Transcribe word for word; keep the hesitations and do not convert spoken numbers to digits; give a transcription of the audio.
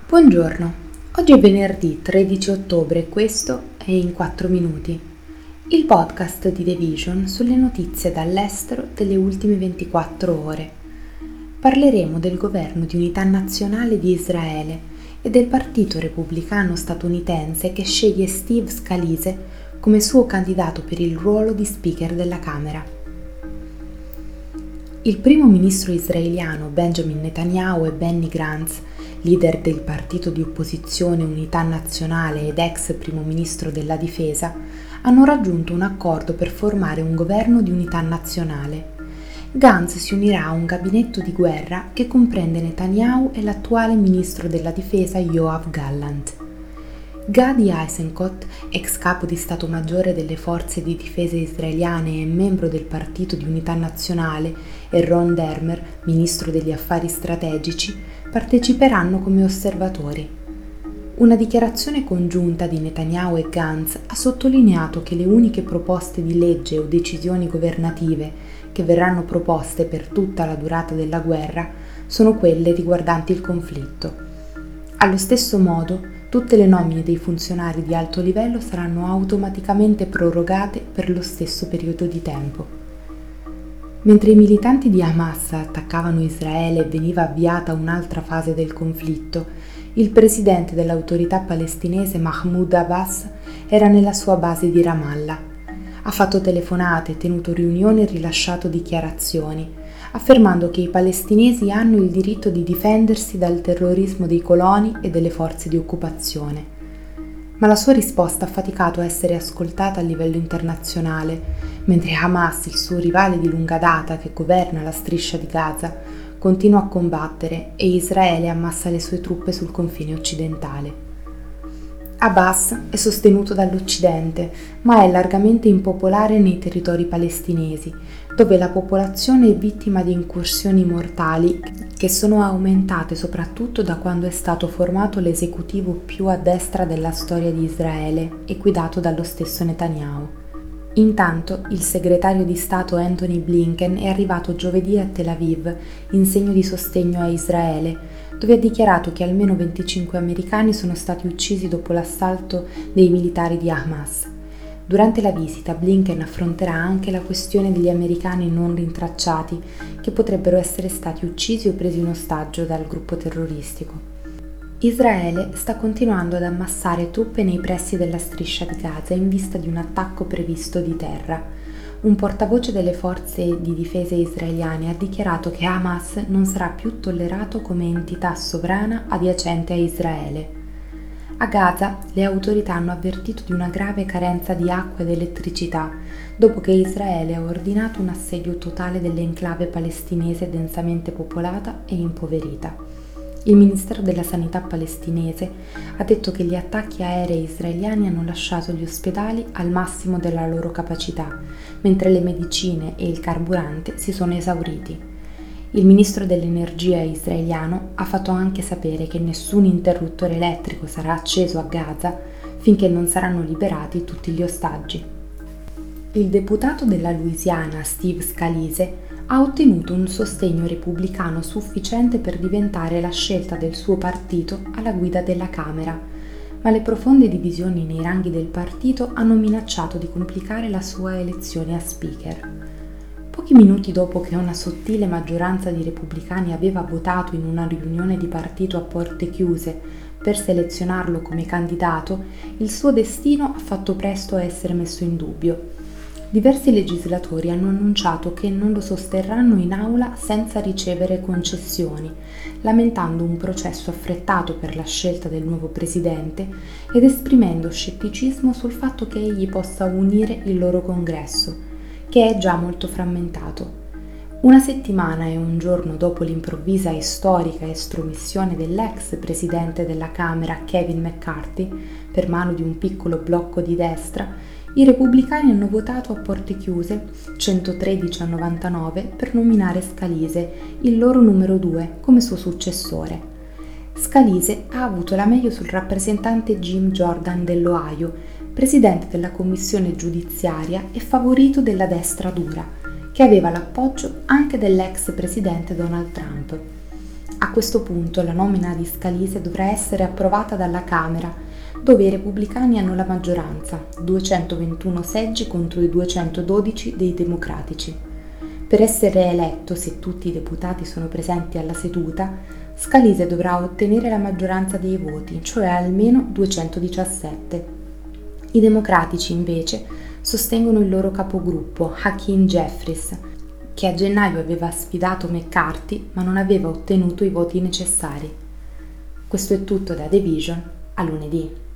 Buongiorno, oggi è venerdì tredici ottobre e questo è In quattro minuti, il podcast di The Vision sulle notizie dall'estero delle ultime ventiquattro ore. Parleremo del governo di unità nazionale di Israele e del partito repubblicano statunitense che sceglie Steve Scalise come suo candidato per il ruolo di Speaker della Camera. Il primo ministro israeliano Benjamin Netanyahu e Benny Gantz, leader del partito di opposizione Unità Nazionale ed ex primo ministro della Difesa, hanno raggiunto un accordo per formare un governo di unità nazionale. Gantz si unirà a un gabinetto di guerra che comprende Netanyahu e l'attuale ministro della Difesa Yoav Gallant. Gadi Eisenkot, ex capo di Stato Maggiore delle Forze di Difesa israeliane e membro del Partito di Unità Nazionale, e Ron Dermer, ministro degli Affari Strategici, parteciperanno come osservatori. Una dichiarazione congiunta di Netanyahu e Gantz ha sottolineato che le uniche proposte di legge o decisioni governative che verranno proposte per tutta la durata della guerra sono quelle riguardanti il conflitto. Allo stesso modo, tutte le nomine dei funzionari di alto livello saranno automaticamente prorogate per lo stesso periodo di tempo. Mentre i militanti di Hamas attaccavano Israele e veniva avviata un'altra fase del conflitto, il presidente dell'autorità palestinese Mahmoud Abbas era nella sua base di Ramallah. Ha fatto telefonate, tenuto riunioni e rilasciato dichiarazioni, affermando che i palestinesi hanno il diritto di difendersi dal terrorismo dei coloni e delle forze di occupazione. Ma la sua risposta ha faticato a essere ascoltata a livello internazionale, mentre Hamas, il suo rivale di lunga data che governa la striscia di Gaza, continua a combattere e Israele ammassa le sue truppe sul confine occidentale. Abbas è sostenuto dall'Occidente, ma è largamente impopolare nei territori palestinesi, dove la popolazione è vittima di incursioni mortali che sono aumentate soprattutto da quando è stato formato l'esecutivo più a destra della storia di Israele e guidato dallo stesso Netanyahu. Intanto il segretario di Stato Antony Blinken è arrivato giovedì a Tel Aviv in segno di sostegno a Israele, dove ha dichiarato che almeno venticinque americani sono stati uccisi dopo l'assalto dei militari di Hamas. Durante la visita Blinken affronterà anche la questione degli americani non rintracciati che potrebbero essere stati uccisi o presi in ostaggio dal gruppo terroristico. Israele sta continuando ad ammassare truppe nei pressi della striscia di Gaza in vista di un attacco previsto di terra. Un portavoce delle forze di difesa israeliane ha dichiarato che Hamas non sarà più tollerato come entità sovrana adiacente a Israele. A Gaza le autorità hanno avvertito di una grave carenza di acqua ed elettricità dopo che Israele ha ordinato un assedio totale dell'enclave palestinese densamente popolata e impoverita. Il Ministero della Sanità palestinese ha detto che gli attacchi aerei israeliani hanno lasciato gli ospedali al massimo della loro capacità, mentre le medicine e il carburante si sono esauriti. Il ministro dell'energia israeliano ha fatto anche sapere che nessun interruttore elettrico sarà acceso a Gaza finché non saranno liberati tutti gli ostaggi. Il deputato della Louisiana Steve Scalise ha ottenuto un sostegno repubblicano sufficiente per diventare la scelta del suo partito alla guida della Camera, ma le profonde divisioni nei ranghi del partito hanno minacciato di complicare la sua elezione a Speaker. Pochi minuti dopo che una sottile maggioranza di repubblicani aveva votato in una riunione di partito a porte chiuse per selezionarlo come candidato, il suo destino ha fatto presto a essere messo in dubbio. Diversi legislatori hanno annunciato che non lo sosterranno in aula senza ricevere concessioni, lamentando un processo affrettato per la scelta del nuovo presidente ed esprimendo scetticismo sul fatto che egli possa unire il loro congresso, che è già molto frammentato. Una settimana e un giorno dopo l'improvvisa e storica estromissione dell'ex presidente della Camera Kevin McCarthy per mano di un piccolo blocco di destra, i repubblicani hanno votato a porte chiuse, centotredici a novantanove, per nominare Scalise, il loro numero due, come suo successore. Scalise ha avuto la meglio sul rappresentante Jim Jordan dell'Ohio, presidente della commissione giudiziaria e favorito della destra dura, che aveva l'appoggio anche dell'ex presidente Donald Trump. A questo punto la nomina di Scalise dovrà essere approvata dalla Camera, dove i repubblicani hanno la maggioranza, duecentoventuno seggi contro i duecentododici dei democratici. Per essere eletto, se tutti i deputati sono presenti alla seduta, Scalise dovrà ottenere la maggioranza dei voti, cioè almeno duecentodiciassette. I democratici, invece, sostengono il loro capogruppo, Hakeem Jeffries, che a gennaio aveva sfidato McCarthy ma non aveva ottenuto i voti necessari. Questo è tutto da The Vision, a lunedì.